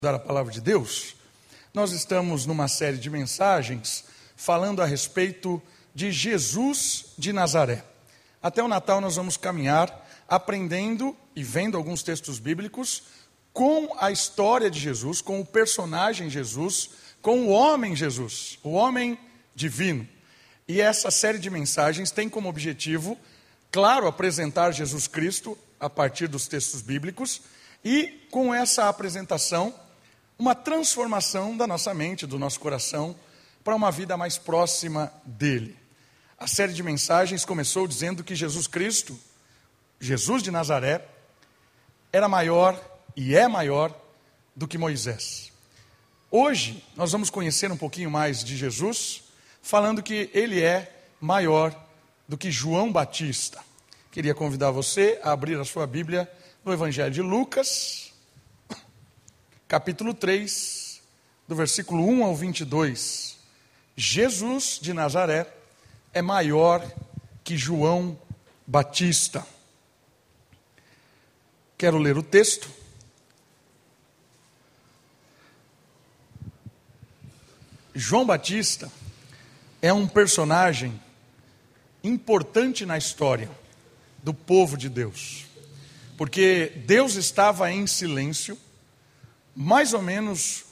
Da palavra de Deus, nós estamos numa série de mensagens falando a respeito de Jesus de Nazaré. Até o Natal nós vamos caminhar aprendendo e vendo alguns textos bíblicos com a história de Jesus, com o personagem Jesus, com o homem Jesus, o homem divino. E essa série de mensagens tem como objetivo, claro, apresentar Jesus Cristo a partir dos textos bíblicos e com essa apresentação uma transformação da nossa mente, do nosso coração, para uma vida mais próxima dele. A série de mensagens começou dizendo que Jesus Cristo, Jesus de Nazaré, era maior e é maior do que Moisés. Hoje, nós vamos conhecer um pouquinho mais de Jesus, falando que ele é maior do que João Batista. Queria convidar você a abrir a sua Bíblia no Evangelho de Lucas, capítulo 3, do versículo 1 ao 22. Jesus de Nazaré é maior que João Batista. Quero ler o texto. João Batista é um personagem importante na história do povo de Deus, porque Deus estava em silêncio mais ou menos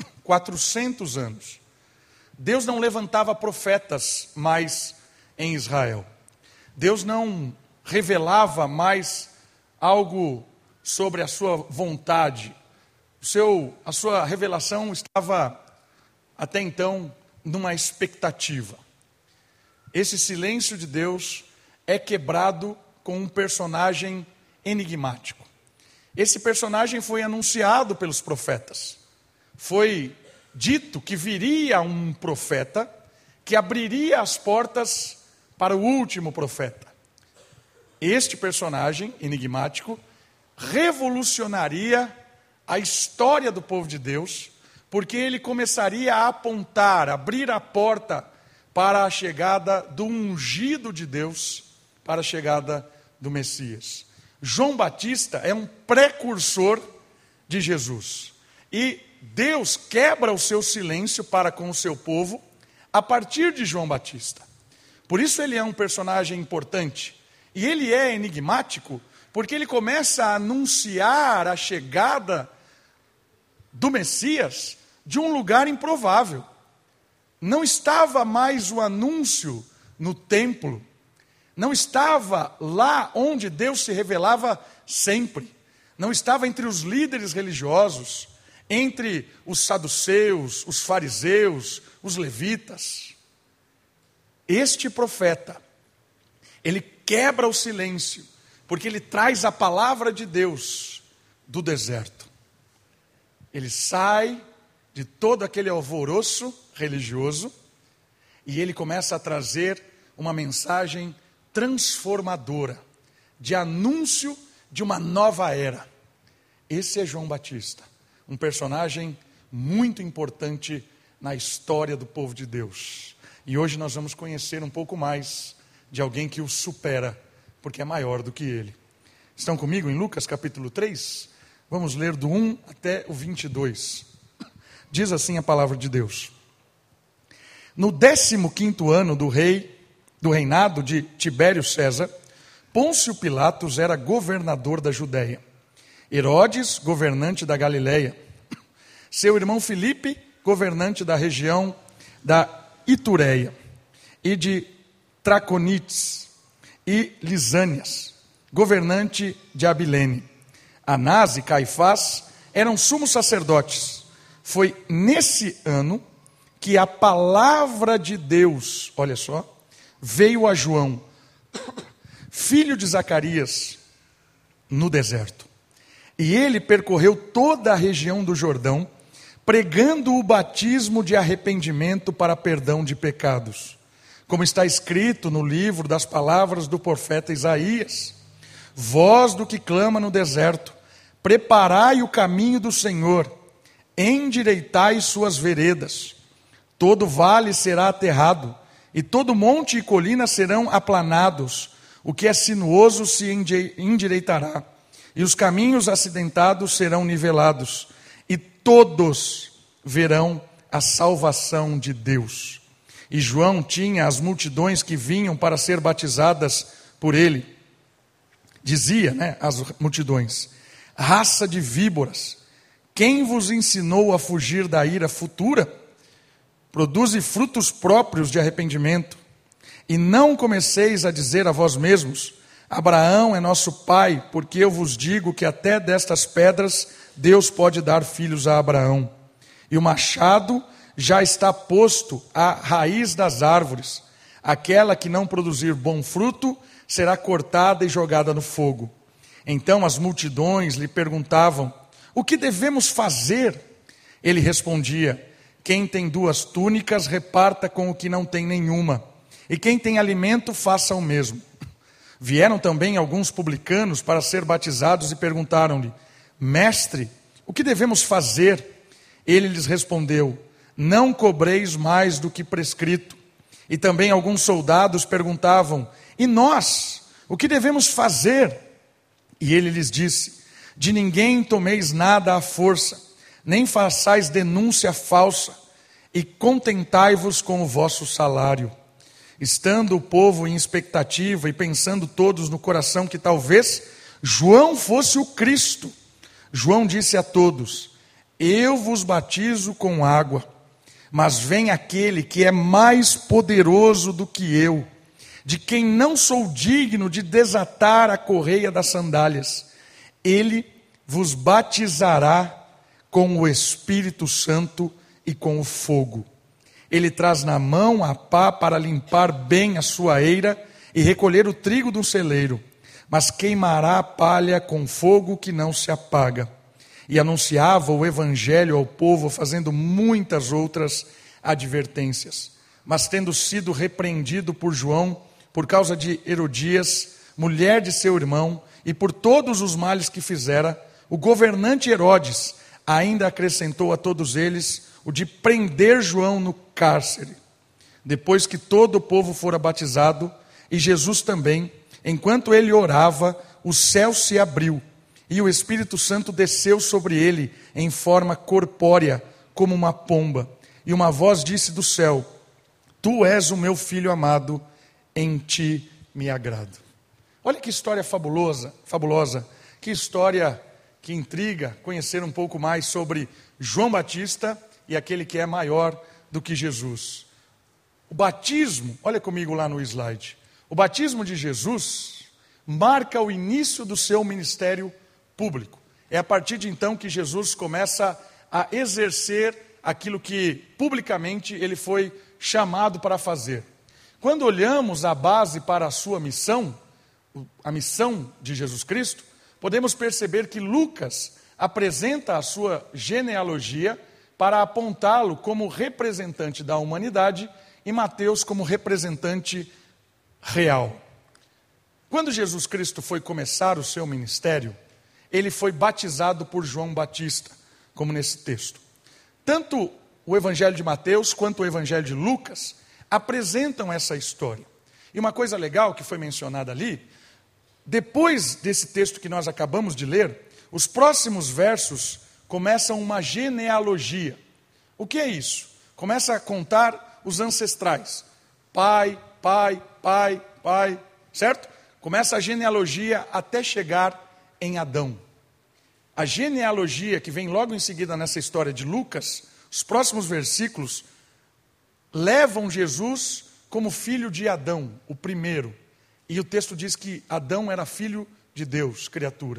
400 anos. Deus não levantava profetas mais em Israel. Deus não revelava mais algo sobre a sua vontade. A sua revelação estava até então numa expectativa. Esse silêncio de Deus é quebrado com um personagem enigmático. Esse personagem foi anunciado pelos profetas. Foi dito que viria um profeta que abriria as portas para o último profeta. Este personagem enigmático revolucionaria a história do povo de Deus, porque ele começaria a apontar, abrir a porta para a chegada do ungido de Deus, para a chegada do Messias. João Batista é um precursor de Jesus. E Deus quebra o seu silêncio para com o seu povo a partir de João Batista. Por isso ele é um personagem importante. E ele é enigmático porque ele começa a anunciar a chegada do Messias de um lugar improvável. Não estava mais o anúncio no templo. Não estava lá onde Deus se revelava sempre. Não estava entre os líderes religiosos, entre os saduceus, os fariseus, os levitas. Este profeta, ele quebra o silêncio, porque ele traz a palavra de Deus do deserto. Ele sai de todo aquele alvoroço religioso e ele começa a trazer uma mensagem transformadora, de anúncio de uma nova era. Esse é João Batista, um personagem muito importante na história do povo de Deus. E hoje nós vamos conhecer um pouco mais de alguém que o supera, porque é maior do que ele. Estão comigo em Lucas capítulo 3? Vamos ler do 1 até o 22. Diz assim a palavra de Deus. No 15º ano do reinado de Tibério César, Pôncio Pilatos era governador da Judéia, Herodes, governante da Galileia, seu irmão Filipe, governante da região da Itureia, e de Traconites e Lisânias, governante de Abilene. Anás e Caifás eram sumos sacerdotes. Foi nesse ano que a palavra de Deus, olha só, veio a João, filho de Zacarias, no deserto. E ele percorreu toda a região do Jordão, pregando o batismo de arrependimento para perdão de pecados, como está escrito no livro das palavras do profeta Isaías: voz do que clama no deserto, preparai o caminho do Senhor, endireitai suas veredas. Todo vale será aterrado, e todo monte e colina serão aplanados. O que é sinuoso se endireitará, e os caminhos acidentados serão nivelados, e todos verão a salvação de Deus. E João tinha as multidões que vinham para ser batizadas por ele. Dizia, às multidões: raça de víboras, quem vos ensinou a fugir da ira futura? Produze frutos próprios de arrependimento. E não comeceis a dizer a vós mesmos: Abraão é nosso pai, porque eu vos digo que até destas pedras Deus pode dar filhos a Abraão. E o machado já está posto à raiz das árvores. Aquela que não produzir bom fruto será cortada e jogada no fogo. Então as multidões lhe perguntavam: o que devemos fazer? Ele respondia: quem tem 2 túnicas, reparta com o que não tem nenhuma. E quem tem alimento, faça o mesmo. Vieram também alguns publicanos para ser batizados e perguntaram-lhe: mestre, o que devemos fazer? Ele lhes respondeu: não cobreis mais do que prescrito. E também alguns soldados perguntavam: e nós, o que devemos fazer? E ele lhes disse: de ninguém tomeis nada à força, nem façais denúncia falsa, e contentai-vos com o vosso salário. Estando o povo em expectativa e pensando todos no coração que talvez João fosse o Cristo, João disse a todos: eu vos batizo com água, mas vem aquele que é mais poderoso do que eu, de quem não sou digno de desatar a correia das sandálias. Ele vos batizará com o Espírito Santo e com o fogo. Ele traz na mão a pá para limpar bem a sua eira e recolher o trigo do celeiro, mas queimará a palha com fogo que não se apaga. E anunciava o evangelho ao povo, fazendo muitas outras advertências. Mas tendo sido repreendido por João, por causa de Herodias, mulher de seu irmão, e por todos os males que fizera, o governante Herodes ainda acrescentou a todos eles o de prender João no cárcere. Depois que todo o povo fora batizado, e Jesus também, enquanto ele orava, o céu se abriu, e o Espírito Santo desceu sobre ele em forma corpórea, como uma pomba. E uma voz disse do céu: tu és o meu filho amado, em ti me agrado. Olha que história fabulosa, que história que intriga conhecer um pouco mais sobre João Batista e aquele que é maior do que Jesus. O batismo, olha comigo lá no slide, o batismo de Jesus marca o início do seu ministério público. É a partir de então que Jesus começa a exercer aquilo que publicamente ele foi chamado para fazer. Quando olhamos a base para a sua missão, a missão de Jesus Cristo, podemos perceber que Lucas apresenta a sua genealogia para apontá-lo como representante da humanidade e Mateus como representante real. Quando Jesus Cristo foi começar o seu ministério, ele foi batizado por João Batista, como nesse texto. Tanto o Evangelho de Mateus quanto o Evangelho de Lucas apresentam essa história. E uma coisa legal que foi mencionada ali, depois desse texto que nós acabamos de ler, os próximos versos começam uma genealogia. O que é isso? Começa a contar os ancestrais. Pai, pai, pai, pai, certo? Começa a genealogia até chegar em Adão. A genealogia que vem logo em seguida nessa história de Lucas, os próximos versículos, levam Jesus como filho de Adão, o primeiro. E o texto diz que Adão era filho de Deus, criatura.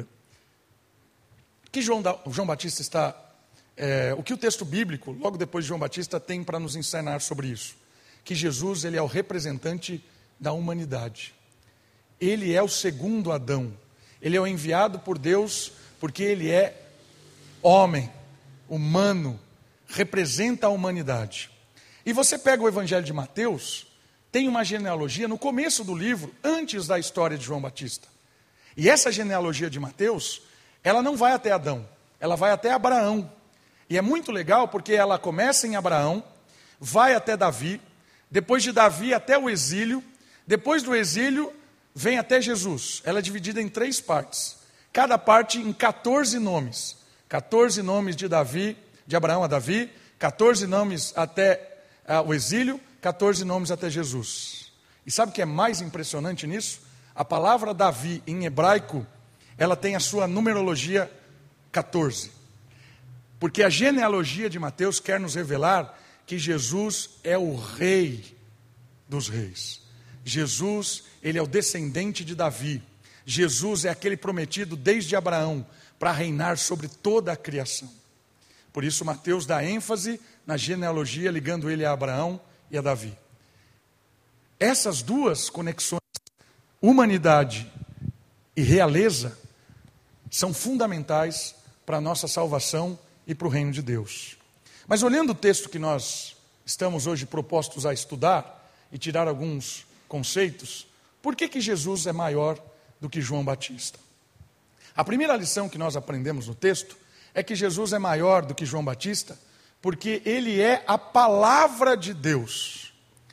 O que João Batista está... o que o texto bíblico, logo depois de João Batista, tem para nos ensinar sobre isso? Que Jesus, ele é o representante da humanidade. Ele é o segundo Adão. Ele é o enviado por Deus porque ele é homem, humano, representa a humanidade. E você pega o Evangelho de Mateus, tem uma genealogia no começo do livro, antes da história de João Batista. E essa genealogia de Mateus, ela não vai até Adão, ela vai até Abraão. E é muito legal porque ela começa em Abraão, vai até Davi, depois de Davi até o exílio, depois do exílio vem até Jesus. Ela é dividida em 3 partes, cada parte em 14 nomes. 14 nomes de Davi, de Abraão a Davi, 14 nomes até o exílio, 14 nomes até Jesus. E sabe o que é mais impressionante nisso? A palavra Davi em hebraico, ela tem a sua numerologia 14. Porque a genealogia de Mateus quer nos revelar que Jesus é o rei dos reis. Jesus, ele é o descendente de Davi. Jesus é aquele prometido desde Abraão para reinar sobre toda a criação. Por isso Mateus dá ênfase na genealogia, ligando ele a Abraão e a Davi. Essas duas conexões, humanidade e realeza, são fundamentais para a nossa salvação e para o reino de Deus. Mas olhando o texto que nós estamos hoje propostos a estudar e tirar alguns conceitos, por que Jesus é maior do que João Batista? A primeira lição que nós aprendemos no texto é que Jesus é maior do que João Batista, porque ele é a palavra de Deus.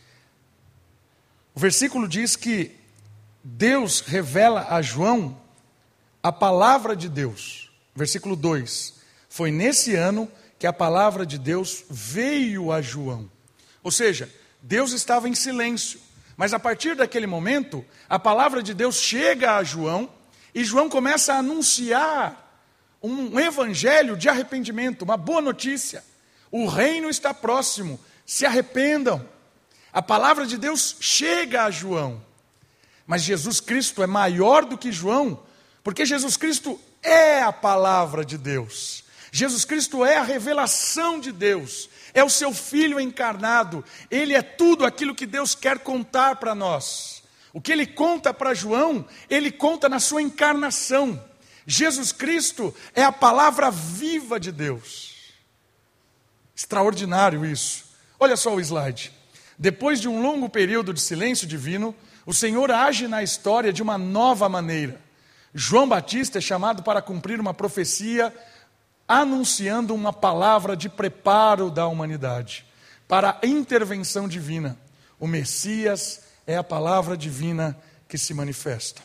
O versículo diz que Deus revela a João a palavra de Deus. Versículo 2. Foi nesse ano que a palavra de Deus veio a João. Ou seja, Deus estava em silêncio. Mas a partir daquele momento, a palavra de Deus chega a João, e João começa a anunciar um evangelho de arrependimento, uma boa notícia. O reino está próximo, se arrependam. A palavra de Deus chega a João. Mas Jesus Cristo é maior do que João, porque Jesus Cristo é a palavra de Deus. Jesus Cristo é a revelação de Deus, é o seu Filho encarnado, ele é tudo aquilo que Deus quer contar para nós. O que ele conta para João, ele conta na sua encarnação. Jesus Cristo é a palavra viva de Deus. Extraordinário isso. Olha só o slide. Depois de um longo período de silêncio divino, o Senhor age na história de uma nova maneira. João Batista é chamado para cumprir uma profecia anunciando uma palavra de preparo da humanidade para a intervenção divina. O Messias é a palavra divina que se manifesta.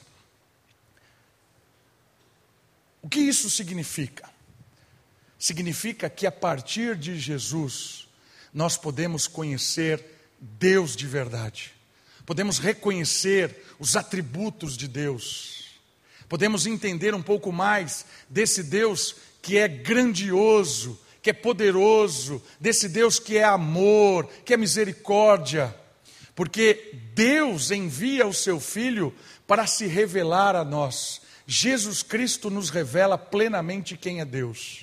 O que isso significa? Significa que a partir de Jesus nós podemos conhecer Deus de verdade. Podemos reconhecer os atributos de Deus. Podemos entender um pouco mais desse Deus que é grandioso, que é poderoso, desse Deus que é amor, que é misericórdia. Porque Deus envia o seu Filho para se revelar a nós. Jesus Cristo nos revela plenamente quem é Deus.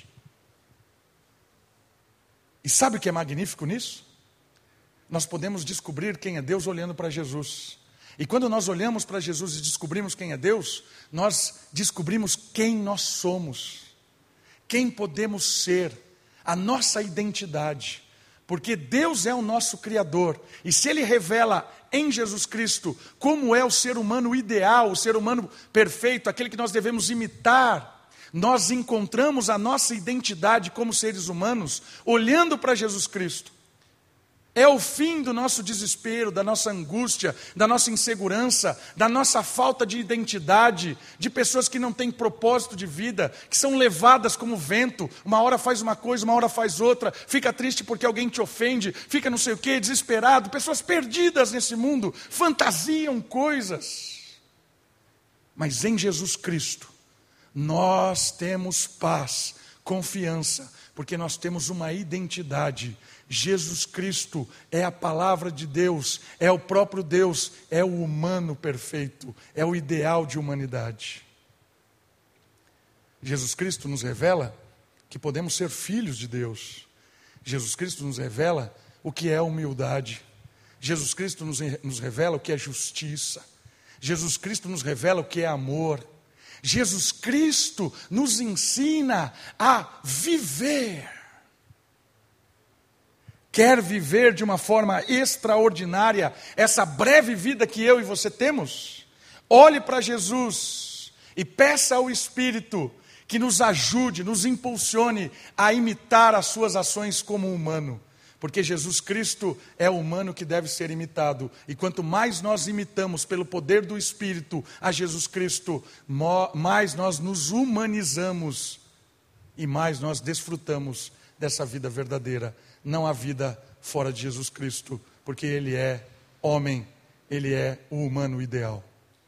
E sabe o que é magnífico nisso? Nós podemos descobrir quem é Deus olhando para Jesus. E quando nós olhamos para Jesus e descobrimos quem é Deus, nós descobrimos quem nós somos. Quem podemos ser, a nossa identidade, porque Deus é o nosso Criador, e se Ele revela em Jesus Cristo como é o ser humano ideal, o ser humano perfeito, aquele que nós devemos imitar, nós encontramos a nossa identidade como seres humanos, olhando para Jesus Cristo. É o fim do nosso desespero, da nossa angústia, da nossa insegurança, da nossa falta de identidade, de pessoas que não têm propósito de vida, que são levadas como vento, uma hora faz uma coisa, uma hora faz outra, fica triste porque alguém te ofende, fica não sei o quê, desesperado, pessoas perdidas nesse mundo, fantasiam coisas. Mas em Jesus Cristo, nós temos paz, confiança, porque nós temos uma identidade. Jesus Cristo é a palavra de Deus, é o próprio Deus, é o humano perfeito, é o ideal de humanidade. Jesus Cristo nos revela que podemos ser filhos de Deus. Jesus Cristo nos revela o que é humildade. Jesus Cristo nos revela o que é justiça. Jesus Cristo nos revela o que é amor. Jesus Cristo nos ensina a viver. Quer viver de uma forma extraordinária essa breve vida que eu e você temos? Olhe para Jesus e peça ao Espírito que nos ajude, nos impulsione a imitar as suas ações como humano. Porque Jesus Cristo é o humano que deve ser imitado. E quanto mais nós imitamos pelo poder do Espírito a Jesus Cristo, mais nós nos humanizamos e mais nós desfrutamos dessa vida verdadeira. Não há vida fora de Jesus Cristo, porque Ele é homem, Ele é o humano ideal.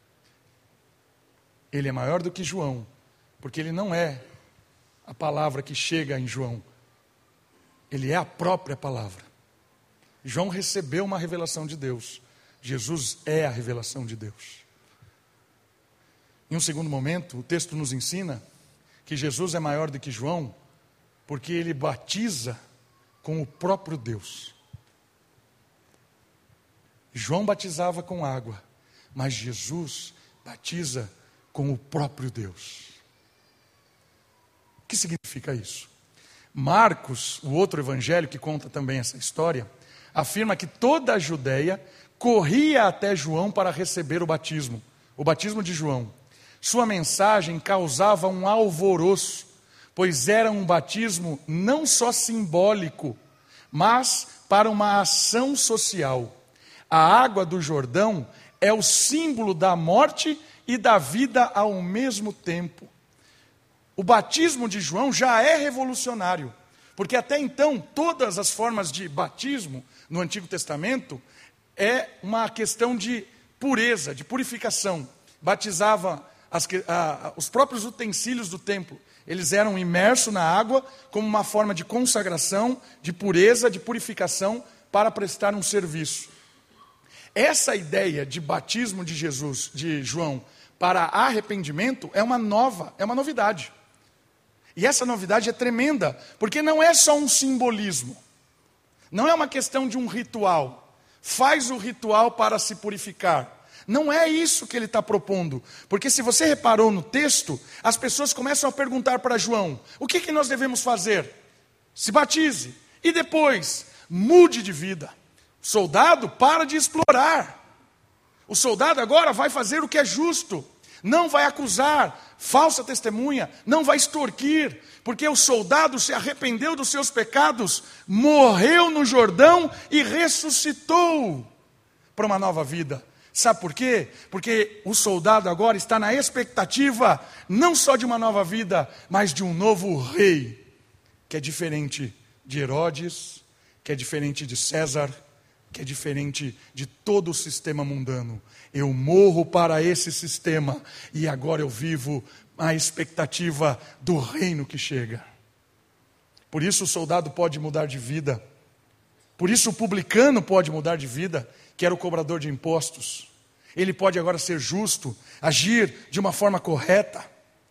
Ele é maior do que João, porque Ele não é a palavra que chega em João. Ele é a própria palavra. João recebeu uma revelação de Deus. Jesus é a revelação de Deus. Em um segundo momento, o texto nos ensina que Jesus é maior do que João, porque ele batiza com o próprio Deus. João batizava com água, mas Jesus batiza com o próprio Deus. O que significa isso? Marcos, o outro evangelho que conta também essa história, afirma que toda a Judeia corria até João para receber o batismo de João. Sua mensagem causava um alvoroço, pois era um batismo não só simbólico, mas para uma ação social. A água do Jordão é o símbolo da morte e da vida ao mesmo tempo. O batismo de João já é revolucionário, porque até então todas as formas de batismo no Antigo Testamento é uma questão de pureza, de purificação. Batizava os próprios utensílios do templo, eles eram imersos na água como uma forma de consagração, de pureza, de purificação para prestar um serviço. Essa ideia de batismo de Jesus, de João, para arrependimento é uma novidade. E essa novidade é tremenda, porque não é só um simbolismo, não é uma questão de um ritual. Faz o ritual para se purificar. Não é isso que ele está propondo, porque se você reparou no texto, as pessoas começam a perguntar para João: o que nós devemos fazer? Se batize, e depois, mude de vida. O soldado para de explorar. O soldado agora vai fazer o que é justo, não vai acusar falsa testemunha, não vai extorquir, porque o soldado se arrependeu dos seus pecados, morreu no Jordão e ressuscitou para uma nova vida. Sabe por quê? Porque o soldado agora está na expectativa não só de uma nova vida, mas de um novo rei, que é diferente de Herodes, que é diferente de César, que é diferente de todo o sistema mundano. Eu morro para esse sistema e agora eu vivo a expectativa do reino que chega. Por isso o soldado pode mudar de vida. Por isso o publicano pode mudar de vida, que era o cobrador de impostos. Ele pode agora ser justo, agir de uma forma correta.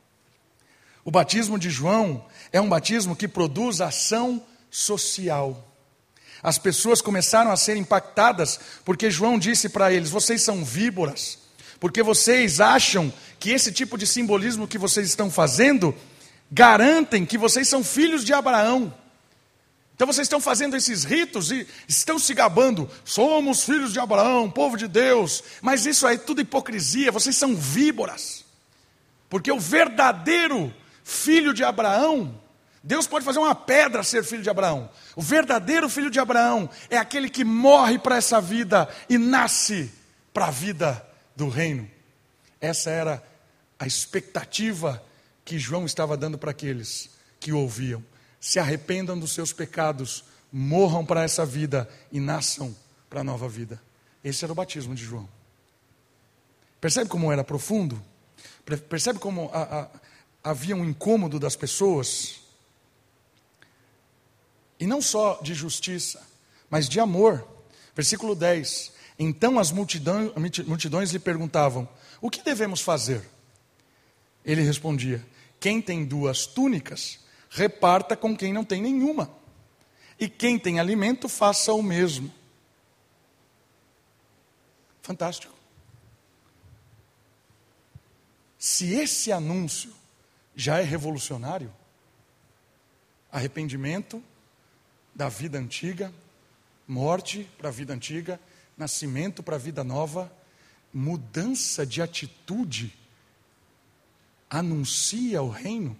O batismo de João é um batismo que produz ação social. As pessoas começaram a ser impactadas porque João disse para eles: vocês são víboras, porque vocês acham que esse tipo de simbolismo que vocês estão fazendo garantem que vocês são filhos de Abraão. Então vocês estão fazendo esses ritos e estão se gabando: somos filhos de Abraão, povo de Deus. Mas isso é tudo hipocrisia, vocês são víboras. Porque o verdadeiro filho de Abraão, Deus pode fazer uma pedra ser filho de Abraão. O verdadeiro filho de Abraão é aquele que morre para essa vida e nasce para a vida do reino. Essa era a expectativa que João estava dando para aqueles que o ouviam. Se arrependam dos seus pecados, morram para essa vida e nasçam para a nova vida. Esse era o batismo de João. Percebe como era profundo? Percebe como havia um incômodo das pessoas? E não só de justiça, mas de amor. Versículo 10. Então as multidões lhe perguntavam: o que devemos fazer? Ele respondia: quem tem 2 túnicas, reparta com quem não tem nenhuma. E quem tem alimento, faça o mesmo. Fantástico. Se esse anúncio já é revolucionário, arrependimento da vida antiga, morte para a vida antiga, nascimento para a vida nova, mudança de atitude, anuncia o reino.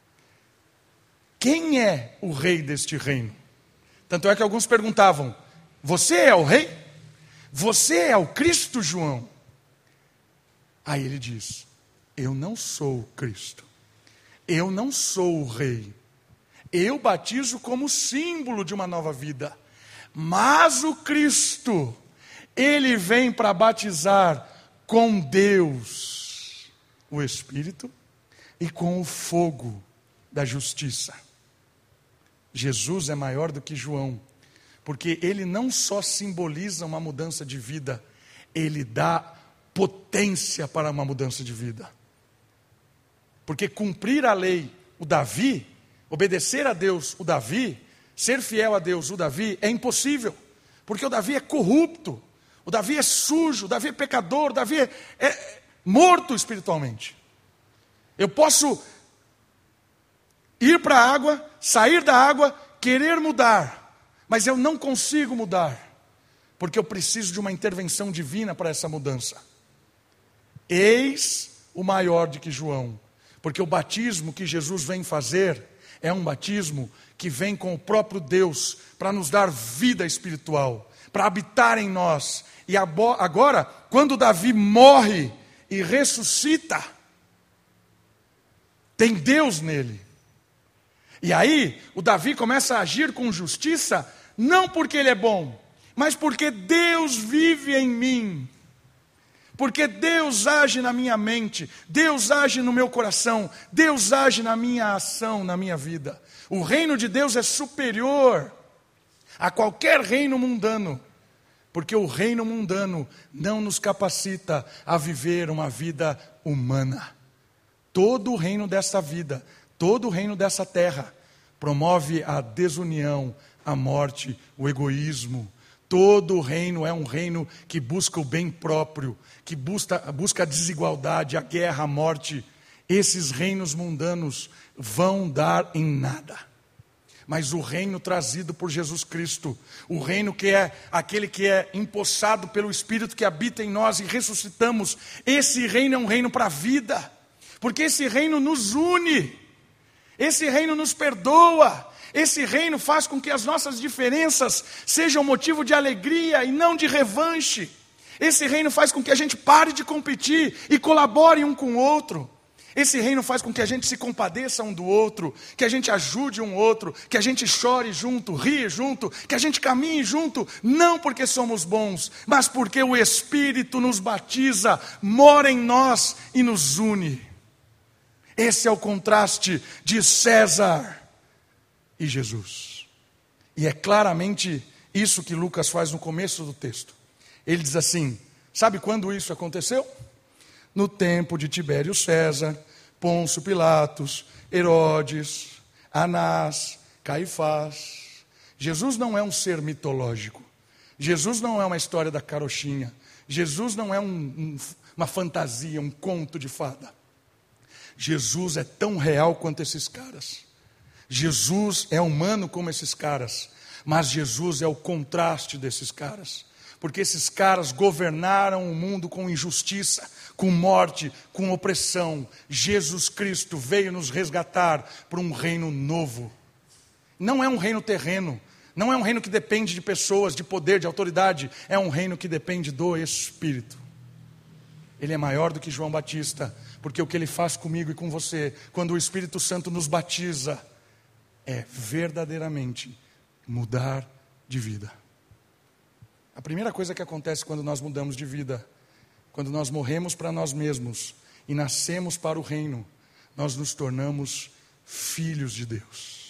Quem é o rei deste reino? Tanto é que alguns perguntavam: você é o rei? Você é o Cristo, João? Aí ele diz: eu não sou o Cristo, eu não sou o rei, Eu batizo como símbolo de uma nova vida. Mas o Cristo, Ele vem para batizar com Deus, o Espírito, e com o fogo da justiça. Jesus é maior do que João, porque ele não só simboliza uma mudança de vida, ele dá potência para uma mudança de vida. Porque cumprir a lei, o Davi, obedecer a Deus, o Davi, ser fiel a Deus, o Davi, é impossível. Porque o Davi é corrupto, o Davi é sujo, o Davi é pecador, o Davi é morto espiritualmente. Eu posso ir para a água, sair da água, querer mudar, mas eu não consigo mudar, porque eu preciso de uma intervenção divina para essa mudança. Eis o maior do que João, porque o batismo que Jesus vem fazer é um batismo que vem com o próprio Deus para nos dar vida espiritual, para habitar em nós. E agora, quando Davi morre e ressuscita, tem Deus nele. E aí, o Davi começa a agir com justiça, não porque ele é bom, mas porque Deus vive em mim. Porque Deus age na minha mente, Deus age no meu coração, Deus age na minha ação, na minha vida. O reino de Deus é superior a qualquer reino mundano, porque o reino mundano não nos capacita a viver uma vida humana. Todo o reino dessa vida, todo o reino dessa terra, promove a desunião, a morte, o egoísmo. Todo o reino é um reino que busca o bem próprio, que busca a desigualdade, a guerra, a morte. Esses reinos mundanos vão dar em nada. Mas o reino trazido por Jesus Cristo, o reino que é aquele que é empossado pelo Espírito que habita em nós e ressuscitamos, esse reino é um reino para a vida. Porque esse reino nos une, esse reino nos perdoa, esse reino faz com que as nossas diferenças sejam motivo de alegria e não de revanche. Esse reino faz com que a gente pare de competir e colabore um com o outro. Esse reino faz com que a gente se compadeça um do outro, que a gente ajude um outro, que a gente chore junto, rie junto, que a gente caminhe junto, não porque somos bons, mas porque o Espírito nos batiza, mora em nós e nos une. Esse é o contraste de César e Jesus. E é claramente isso que Lucas faz no começo do texto. Ele diz assim, sabe quando isso aconteceu? No tempo de Tibério César, Pôncio Pilatos, Herodes, Anás, Caifás. Jesus não é um ser mitológico. Jesus não é uma história da carochinha. Jesus não é uma fantasia, um conto de fada. Jesus é tão real quanto esses caras. Jesus é humano como esses caras. Mas Jesus é o contraste desses caras. Porque esses caras governaram o mundo com injustiça, com morte, com opressão. Jesus Cristo veio nos resgatar para um reino novo. Não é um reino terreno, não é um reino que depende de pessoas, de poder, de autoridade. É um reino que depende do Espírito. Ele é maior do que João Batista, porque o que ele faz comigo e com você, quando o Espírito Santo nos batiza, é verdadeiramente mudar de vida. A primeira coisa que acontece quando nós mudamos de vida, quando nós morremos para nós mesmos e nascemos para o reino, nós nos tornamos filhos de Deus.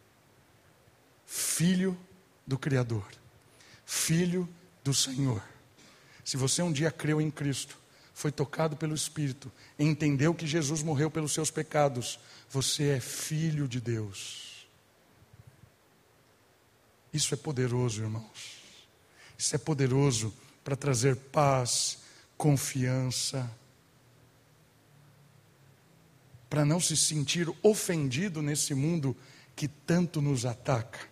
Filho do Criador. Filho do Senhor. Se você um dia creu em Cristo, foi tocado pelo Espírito, entendeu que Jesus morreu pelos seus pecados, você é filho de Deus. Isso é poderoso, irmãos. Isso é poderoso para trazer paz, confiança, para não se sentir ofendido nesse mundo que tanto nos ataca.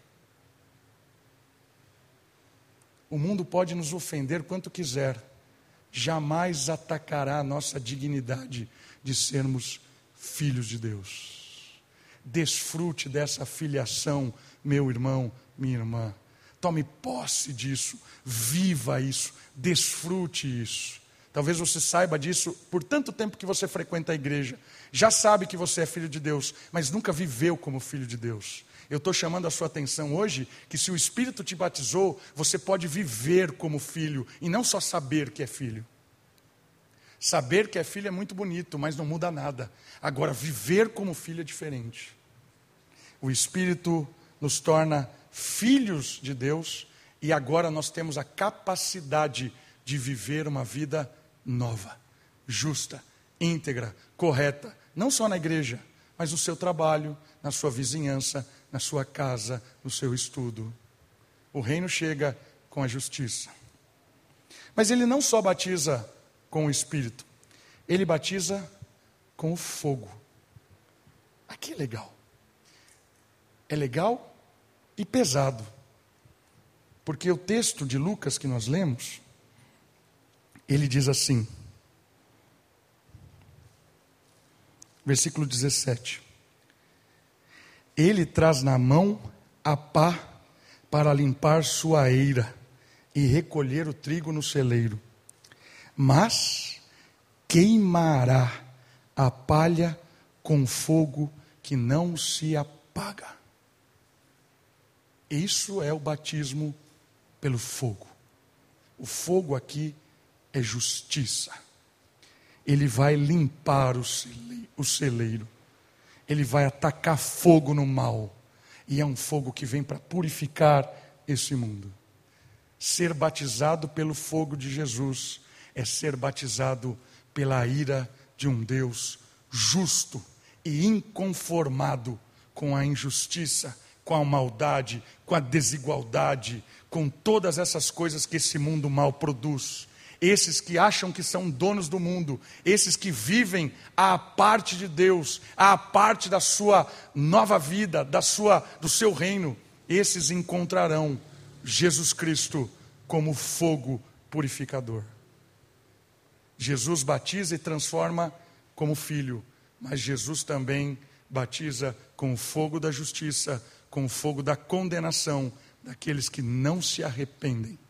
O mundo pode nos ofender quanto quiser, jamais atacará a nossa dignidade de sermos filhos de Deus. Desfrute dessa filiação, meu irmão, minha irmã. Tome posse disso, viva isso, desfrute isso. Talvez você saiba disso por tanto tempo que você frequenta a igreja. Já sabe que você é filho de Deus, mas nunca viveu como filho de Deus. Eu estou chamando a sua atenção hoje que se o Espírito te batizou, você pode viver como filho e não só saber que é filho. Saber que é filho é muito bonito, mas não muda nada. Agora, viver como filho é diferente. O Espírito nos torna filhos de Deus e agora nós temos a capacidade de viver uma vida nova, justa, íntegra, correta, não só na igreja, mas no seu trabalho, na sua vizinhança, na sua casa, no seu estudo. O reino chega com a justiça. Mas ele não só batiza com o Espírito, ele batiza com o fogo. Aqui é legal. É legal e pesado. Porque o texto de Lucas que nós lemos, ele diz assim, versículo 17. Ele traz na mão a pá para limpar sua eira e recolher o trigo no celeiro. Mas queimará a palha com fogo que não se apaga. Isso é o batismo pelo fogo. O fogo aqui é justiça. Ele vai limpar o celeiro. Ele vai atacar fogo no mal. E é um fogo que vem para purificar esse mundo. Ser batizado pelo fogo de Jesus é ser batizado pela ira de um Deus justo e inconformado com a injustiça, com a maldade, com a desigualdade, com todas essas coisas que esse mundo mal produz. Esses que acham que são donos do mundo, esses que vivem à parte de Deus, à parte da sua nova vida, do seu reino, esses encontrarão Jesus Cristo como fogo purificador. Jesus batiza e transforma como filho, mas Jesus também batiza com o fogo da justiça, com o fogo da condenação daqueles que não se arrependem.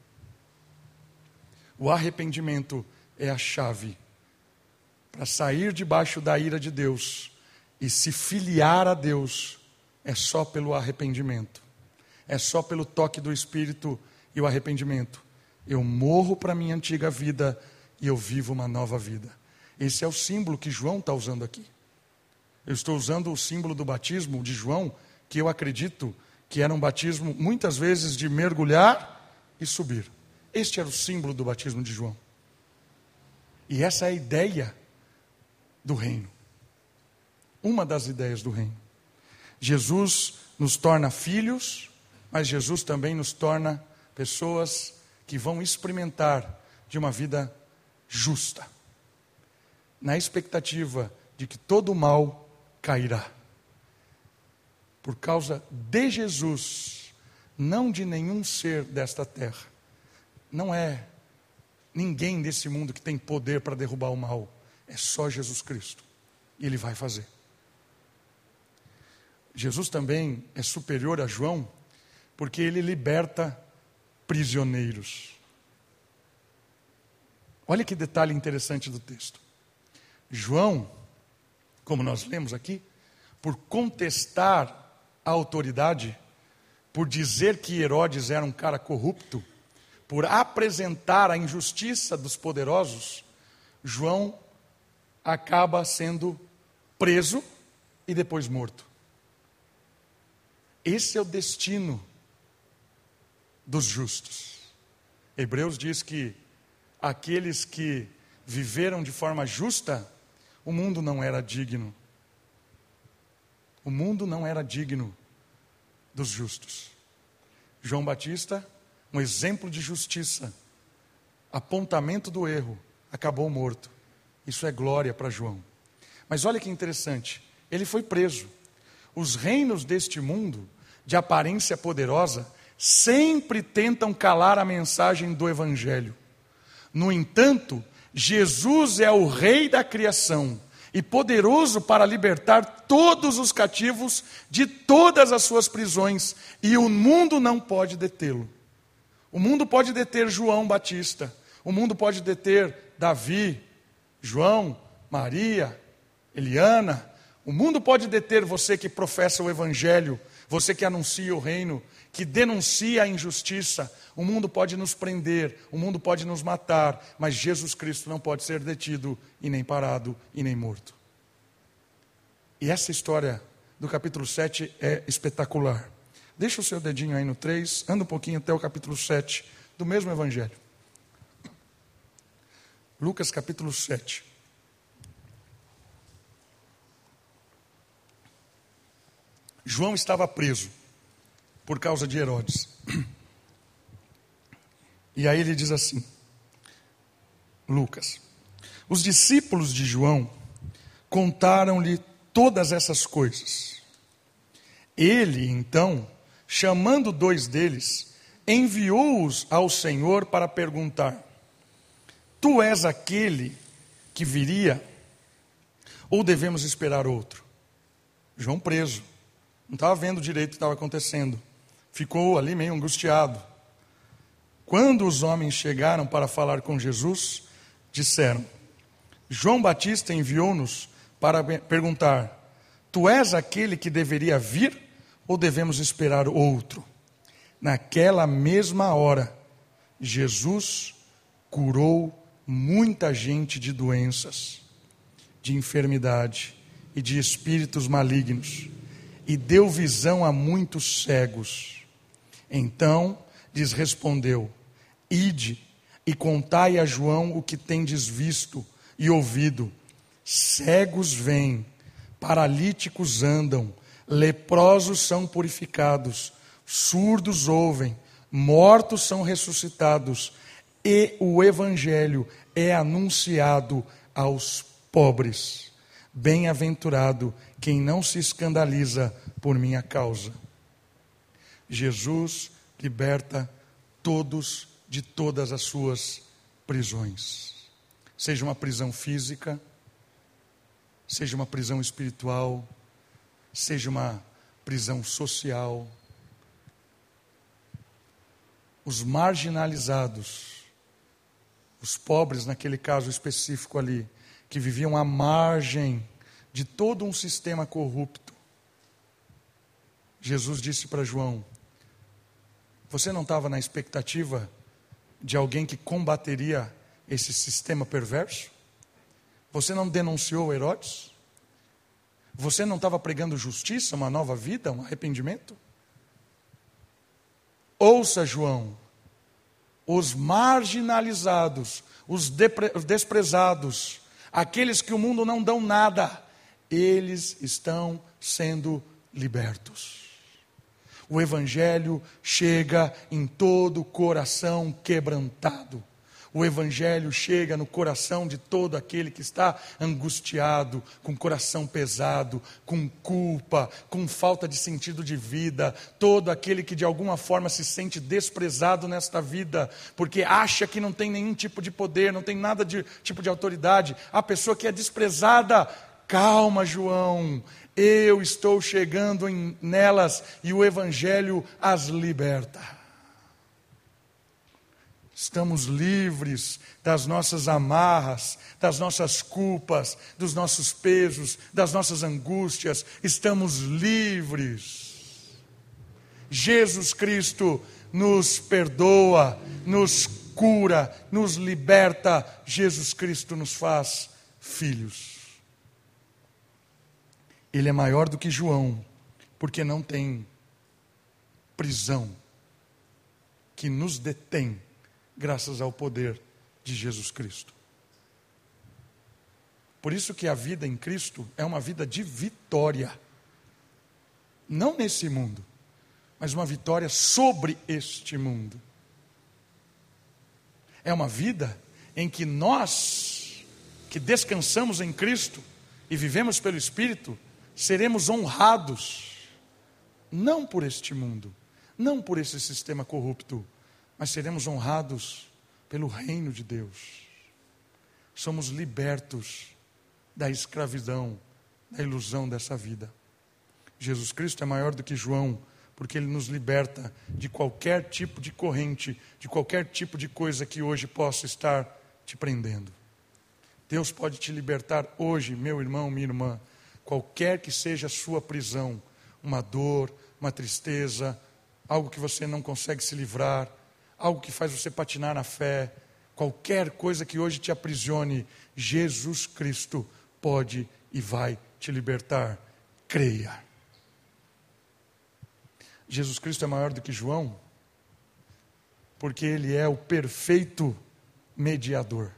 O arrependimento é a chave para sair debaixo da ira de Deus e se filiar a Deus. É só pelo arrependimento, é só pelo toque do Espírito e o arrependimento. Eu morro para a minha antiga vida e eu vivo uma nova vida. Esse é o símbolo que João está usando aqui. Eu estou usando o símbolo do batismo de João, que eu acredito que era um batismo muitas vezes de mergulhar e subir. Este era o símbolo do batismo de João. E essa é a ideia do reino. Uma das ideias do reino. Jesus nos torna filhos, mas Jesus também nos torna pessoas que vão experimentar de uma vida justa, na expectativa de que todo o mal cairá. Por causa de Jesus, não de nenhum ser desta terra. Não é ninguém desse mundo que tem poder para derrubar o mal. É só Jesus Cristo. E Ele vai fazer. Jesus também é superior a João, porque Ele liberta prisioneiros. Olha que detalhe interessante do texto. João, como nós lemos aqui, por contestar a autoridade, por dizer que Herodes era um cara corrupto, por apresentar a injustiça dos poderosos, João acaba sendo preso e depois morto. Esse é o destino dos justos. Hebreus diz que aqueles que viveram de forma justa, o mundo não era digno. O mundo não era digno dos justos. João Batista, um exemplo de justiça, apontamento do erro, acabou morto. Isso é glória para João. Mas olha que interessante, ele foi preso. Os reinos deste mundo, de aparência poderosa, sempre tentam calar a mensagem do Evangelho. No entanto, Jesus é o Rei da criação e poderoso para libertar todos os cativos de todas as suas prisões, e o mundo não pode detê-lo. O mundo pode deter João Batista, o mundo pode deter Davi, João, Maria, Eliana, o mundo pode deter você que professa o Evangelho, Você que anuncia o reino, que denuncia a injustiça, o mundo pode nos prender, o mundo pode nos matar, mas Jesus Cristo não pode ser detido, e nem parado, e nem morto. E essa história do capítulo 7 é espetacular. Deixa o seu dedinho aí no 3, anda um pouquinho até o capítulo 7 do mesmo evangelho. Lucas capítulo 7. João estava preso por causa de Herodes. E aí ele diz assim, Lucas: os discípulos de João contaram-lhe todas essas coisas. Ele, então, chamando 2 deles, enviou-os ao Senhor para perguntar: tu és aquele que viria, ou devemos esperar outro? João preso, não estava vendo direito o que estava acontecendo, ficou ali meio angustiado. Quando os homens chegaram para falar com Jesus, disseram: João Batista enviou-nos para perguntar: tu és aquele que deveria vir, ou devemos esperar outro? Naquela mesma hora, Jesus curou muita gente de doenças, de enfermidade e de espíritos malignos, e deu visão a muitos cegos. Então lhes respondeu: ide e contai a João o que tendes visto e ouvido. Cegos vêm, paralíticos andam, leprosos são purificados, surdos ouvem, mortos são ressuscitados, e o evangelho é anunciado aos pobres. Bem-aventurado quem não se escandaliza por minha causa. Jesus liberta todos de todas as suas prisões. Seja uma prisão física, seja uma prisão espiritual, seja uma prisão social. Os marginalizados, os pobres naquele caso específico ali, que viviam à margem de todo um sistema corrupto. Jesus disse para João: você não estava na expectativa de alguém que combateria esse sistema perverso? Você não denunciou Herodes? Você não estava pregando justiça, uma nova vida, um arrependimento? Ouça, João, os marginalizados, os desprezados, aqueles que o mundo não dão nada, eles estão sendo libertos. O evangelho chega em todo coração quebrantado. O evangelho chega no coração de todo aquele que está angustiado, com coração pesado, com culpa, com falta de sentido de vida. Todo aquele que de alguma forma se sente desprezado nesta vida, porque acha que não tem nenhum tipo de poder, não tem nada de tipo de autoridade. A pessoa que é desprezada, calma, João, eu estou chegando nelas e o evangelho as liberta. Estamos livres das nossas amarras, das nossas culpas, dos nossos pesos, das nossas angústias. Estamos livres. Jesus Cristo nos perdoa, nos cura, nos liberta. Jesus Cristo nos faz filhos. Ele é maior do que João, porque não tem prisão que nos detém, graças ao poder de Jesus Cristo. Por isso que a vida em Cristo é uma vida de vitória. Não nesse mundo, mas uma vitória sobre este mundo. É uma vida em que nós, que descansamos em Cristo e vivemos pelo Espírito, seremos honrados, não por este mundo, não por esse sistema corrupto, mas seremos honrados pelo reino de Deus. Somos libertos da escravidão, da ilusão dessa vida. Jesus Cristo é maior do que João, porque Ele nos liberta de qualquer tipo de corrente, de qualquer tipo de coisa que hoje possa estar te prendendo. Deus pode te libertar hoje, meu irmão, minha irmã, qualquer que seja a sua prisão, uma dor, uma tristeza, algo que você não consegue se livrar, algo que faz você patinar na fé, qualquer coisa que hoje te aprisione, Jesus Cristo pode e vai te libertar. Creia. Jesus Cristo é maior do que João, porque Ele é o perfeito mediador.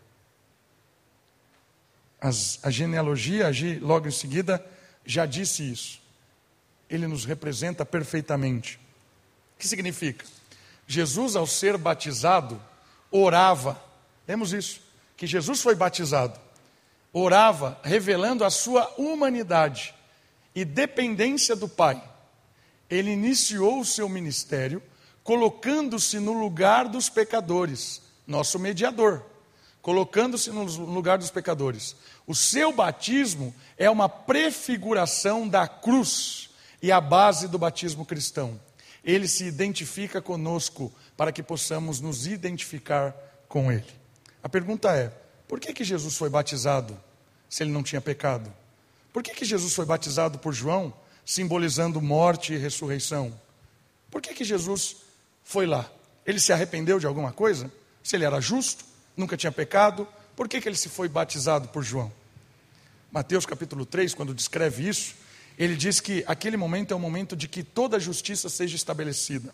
A genealogia, logo em seguida, já disse isso. Ele nos representa perfeitamente. O que significa? Jesus, ao ser batizado, orava. Temos isso, que Jesus foi batizado. Orava, revelando a sua humanidade e dependência do Pai. Ele iniciou o seu ministério, colocando-se no lugar dos pecadores, nosso mediador. Colocando-se no lugar dos pecadores. O seu batismo é uma prefiguração da cruz e a base do batismo cristão. Ele se identifica conosco para que possamos nos identificar com Ele. A pergunta é, por que Jesus foi batizado se ele não tinha pecado? Por que Jesus foi batizado por João, simbolizando morte e ressurreição? Por que Jesus foi lá? Ele se arrependeu de alguma coisa? Se ele era justo, nunca tinha pecado, por que ele se foi batizado por João? Mateus capítulo 3, quando descreve isso, ele diz que aquele momento é o momento de que toda a justiça seja estabelecida.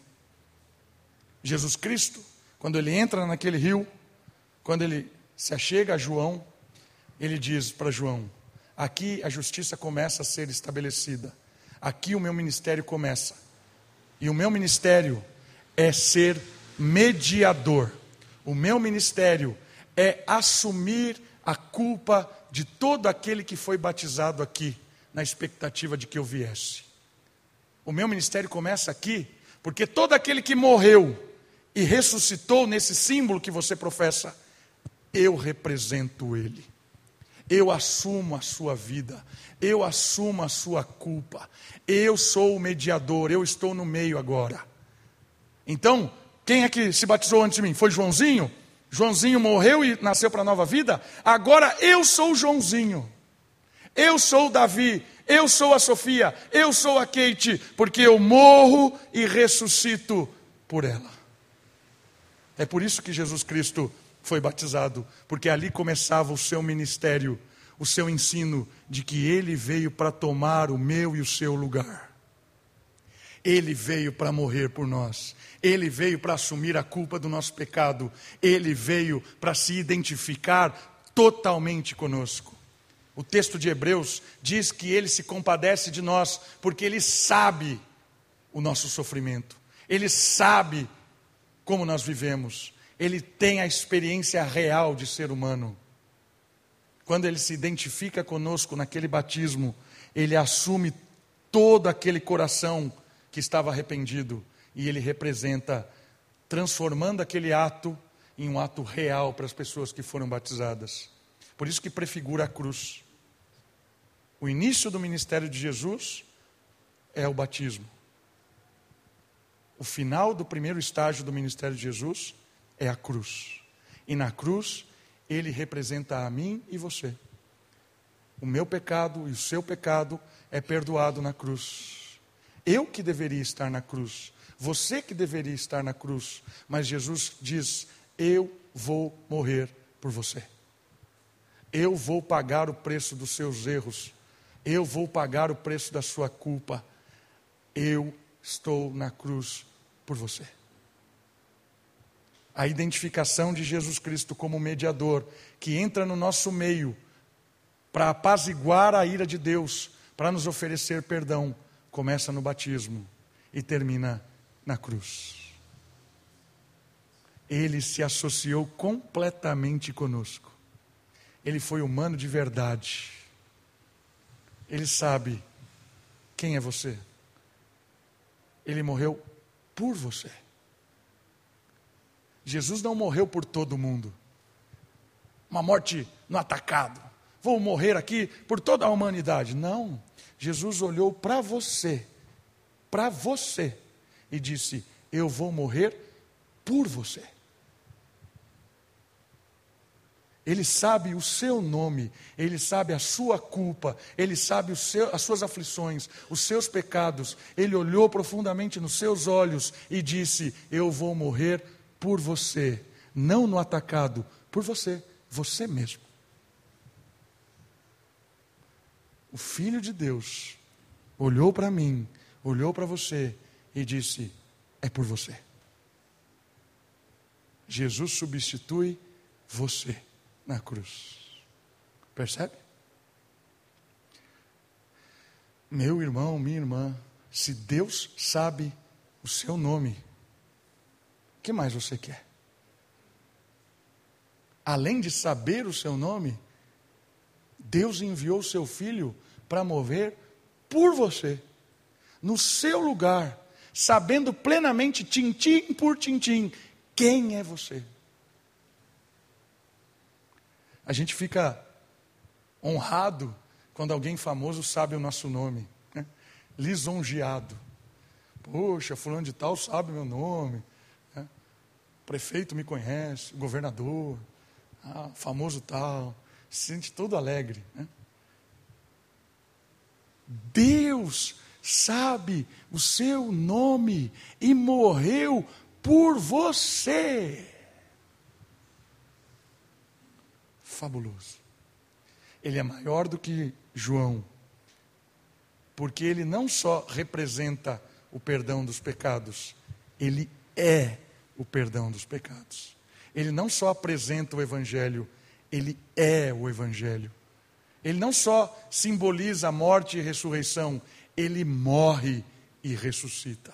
Jesus Cristo, quando ele entra naquele rio, quando ele se achega a João, ele diz para João, aqui a justiça começa a ser estabelecida, aqui o meu ministério começa, e o meu ministério é ser mediador, o meu ministério é assumir a culpa de todo aquele que foi batizado aqui, na expectativa de que eu viesse. O meu ministério começa aqui, porque todo aquele que morreu e ressuscitou nesse símbolo que você professa, eu represento ele. Eu assumo a sua vida, eu assumo a sua culpa, eu sou o mediador, eu estou no meio agora. Então, quem é que se batizou antes de mim? Foi Joãozinho? Joãozinho morreu e nasceu para a nova vida? Agora eu sou o Joãozinho. Eu sou o Davi, eu sou a Sofia, eu sou a Kate, porque eu morro e ressuscito por ela. É por isso que Jesus Cristo foi batizado, porque ali começava o seu ministério, o seu ensino de que ele veio para tomar o meu e o seu lugar. Ele veio para morrer por nós. Ele veio para assumir a culpa do nosso pecado. Ele veio para se identificar totalmente conosco. O texto de Hebreus diz que ele se compadece de nós, porque ele sabe o nosso sofrimento. Ele sabe como nós vivemos. Ele tem a experiência real de ser humano. Quando ele se identifica conosco naquele batismo, ele assume todo aquele coração que estava arrependido. E ele representa, transformando aquele ato em um ato real para as pessoas que foram batizadas. Por isso que prefigura a cruz. O início do ministério de Jesus é o batismo. O final do primeiro estágio do ministério de Jesus é a cruz. E na cruz, ele representa a mim e você. O meu pecado e o seu pecado é perdoado na cruz. Eu que deveria estar na cruz. Você que deveria estar na cruz. Mas Jesus diz, eu vou morrer por você. Eu vou pagar o preço dos seus erros. Eu vou pagar o preço da sua culpa. Eu estou na cruz por você. A identificação de Jesus Cristo como mediador, que entra no nosso meio para apaziguar a ira de Deus, para nos oferecer perdão, começa no batismo e termina na cruz. Ele se associou completamente conosco. Ele foi humano de verdade. Ele sabe quem é você. Ele morreu por você. Jesus não morreu por todo mundo. Uma morte no atacado. Vou morrer aqui por toda a humanidade. Não. Jesus olhou para você. Para você. E disse, eu vou morrer por você. Ele sabe o seu nome, Ele sabe a sua culpa, Ele sabe as suas aflições, os seus pecados. Ele olhou profundamente nos seus olhos e disse: eu vou morrer por você, não no atacado, por você, você mesmo. O Filho de Deus olhou para mim, olhou para você e disse: é por você. Jesus substitui você na cruz. Percebe? Meu irmão, minha irmã, se Deus sabe o seu nome, o que mais você quer? Além de saber o seu nome, Deus enviou o seu Filho para morrer por você, no seu lugar, sabendo plenamente, tintim por tintim, quem é você. A gente fica honrado quando alguém famoso sabe o nosso nome, né? Lisonjeado. Poxa, fulano de tal sabe meu nome, né? O prefeito me conhece, o governador, famoso tal, se sente todo alegre, né? Deus sabe o seu nome e morreu por você. Fabuloso. Ele é maior do que João, porque ele não só representa o perdão dos pecados, ele é o perdão dos pecados. Ele não só apresenta o Evangelho, ele é o Evangelho. Ele não só simboliza a morte e ressurreição, ele morre e ressuscita.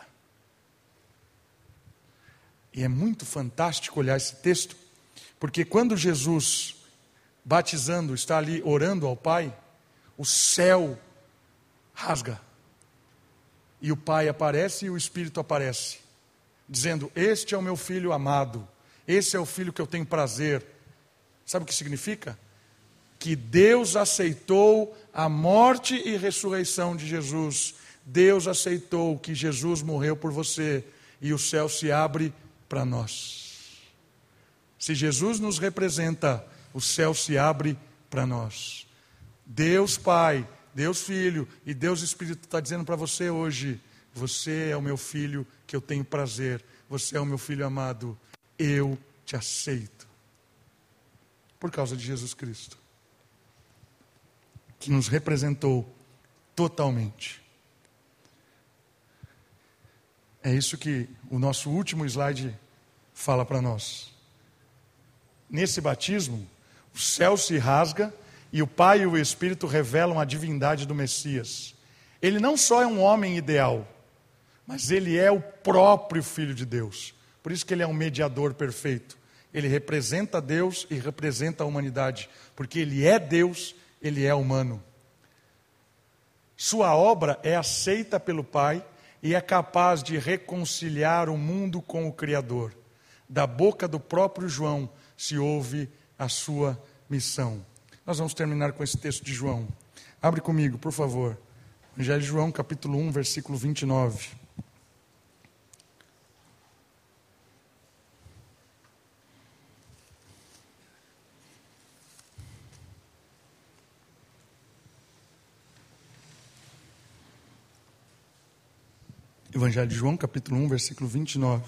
E é muito fantástico olhar esse texto, porque quando Jesus, batizando, está ali orando ao Pai, o céu rasga. E o Pai aparece e o Espírito aparece, dizendo: este é o meu Filho amado, esse é o Filho que eu tenho prazer. Sabe o que significa? Que Deus aceitou a morte e ressurreição de Jesus. Deus aceitou que Jesus morreu por você e o céu se abre para nós. Se Jesus nos representa, o céu se abre para nós. Deus Pai, Deus Filho e Deus Espírito está dizendo para você hoje: você é o meu filho que eu tenho prazer, você é o meu filho amado, eu te aceito. Por causa de Jesus Cristo, que nos representou totalmente. É isso que o nosso último slide fala para nós. Nesse batismo, o céu se rasga e o Pai e o Espírito revelam a divindade do Messias. Ele não só é um homem ideal, mas ele é o próprio Filho de Deus. Por isso que ele é um mediador perfeito. Ele representa Deus e representa a humanidade, porque ele é Deus, ele é humano. Sua obra é aceita pelo Pai e é capaz de reconciliar o mundo com o Criador. Da boca do próprio João se ouve a sua missão. Nós vamos terminar com esse texto de João. Abre comigo, por favor. Evangelho de João, capítulo 1, versículo 29. Evangelho de João, capítulo 1, versículo 29.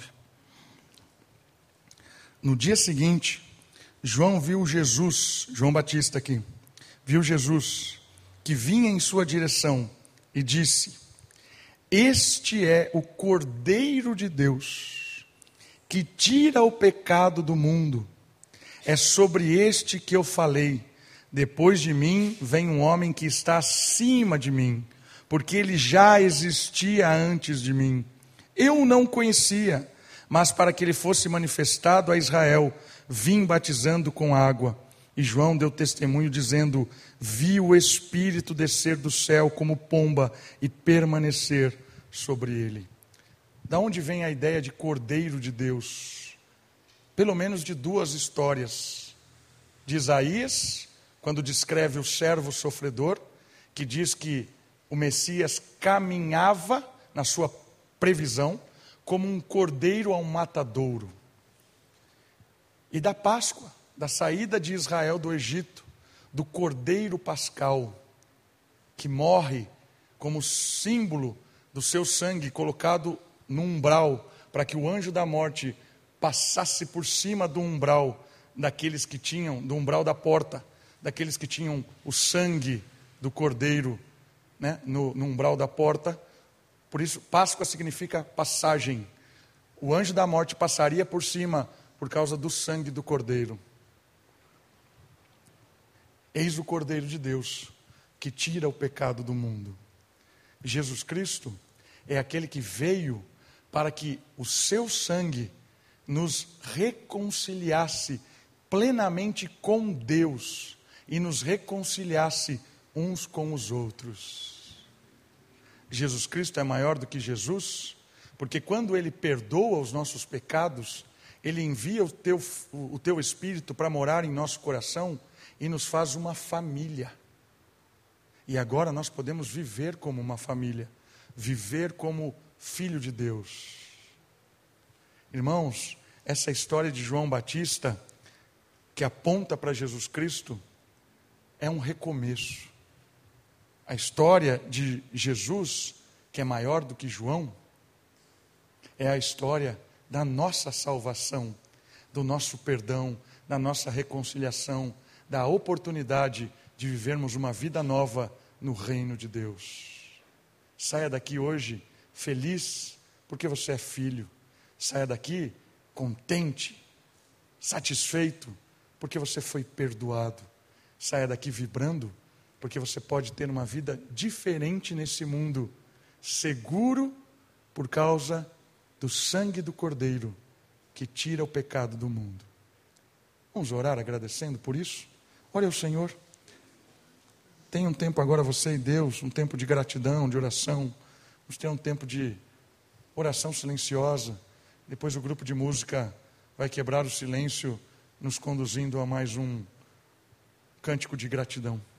No dia seguinte, João viu Jesus, João Batista aqui, viu Jesus, que vinha em sua direção e disse: este é o Cordeiro de Deus, que tira o pecado do mundo. É sobre este que eu falei: depois de mim vem um homem que está acima de mim, porque ele já existia antes de mim. Eu o não conhecia, mas para que ele fosse manifestado a Israel, vim batizando com água. E João deu testemunho dizendo: vi o Espírito descer do céu como pomba e permanecer sobre ele. Da onde vem a ideia de Cordeiro de Deus? Pelo menos de duas histórias. De Isaías, quando descreve o servo sofredor, que diz que o Messias caminhava, na sua previsão, como um cordeiro a um matadouro. E da Páscoa, da saída de Israel do Egito, do Cordeiro Pascal, que morre como símbolo do seu sangue colocado no umbral, para que o anjo da morte passasse por cima do umbral daqueles que tinham, do umbral da porta, daqueles que tinham o sangue do Cordeiro, né, no umbral da porta. Por isso, Páscoa significa passagem. O anjo da morte passaria por cima por causa do sangue do Cordeiro. Eis o Cordeiro de Deus, que tira o pecado do mundo. Jesus Cristo é aquele que veio para que o seu sangue nos reconciliasse plenamente com Deus e nos reconciliasse uns com os outros. Jesus Cristo é maior do que Jesus, porque quando Ele perdoa os nossos pecados, Ele envia o teu Espírito para morar em nosso coração e nos faz uma família. E agora nós podemos viver como uma família, viver como filho de Deus. Irmãos, essa história de João Batista, que aponta para Jesus Cristo, é um recomeço. A história de Jesus, que é maior do que João, é a história da nossa salvação, do nosso perdão, da nossa reconciliação, da oportunidade de vivermos uma vida nova no reino de Deus. Saia daqui hoje feliz porque você é filho. Saia daqui contente, satisfeito porque você foi perdoado. Saia daqui vibrando porque você pode ter uma vida diferente nesse mundo, seguro por causa do sangue do Cordeiro que tira o pecado do mundo. Vamos orar agradecendo por isso? Ore ao Senhor. Tenha um tempo agora você e Deus, um tempo de gratidão, de oração. Vamos ter um tempo de oração silenciosa. Depois o grupo de música vai quebrar o silêncio, nos conduzindo a mais um cântico de gratidão.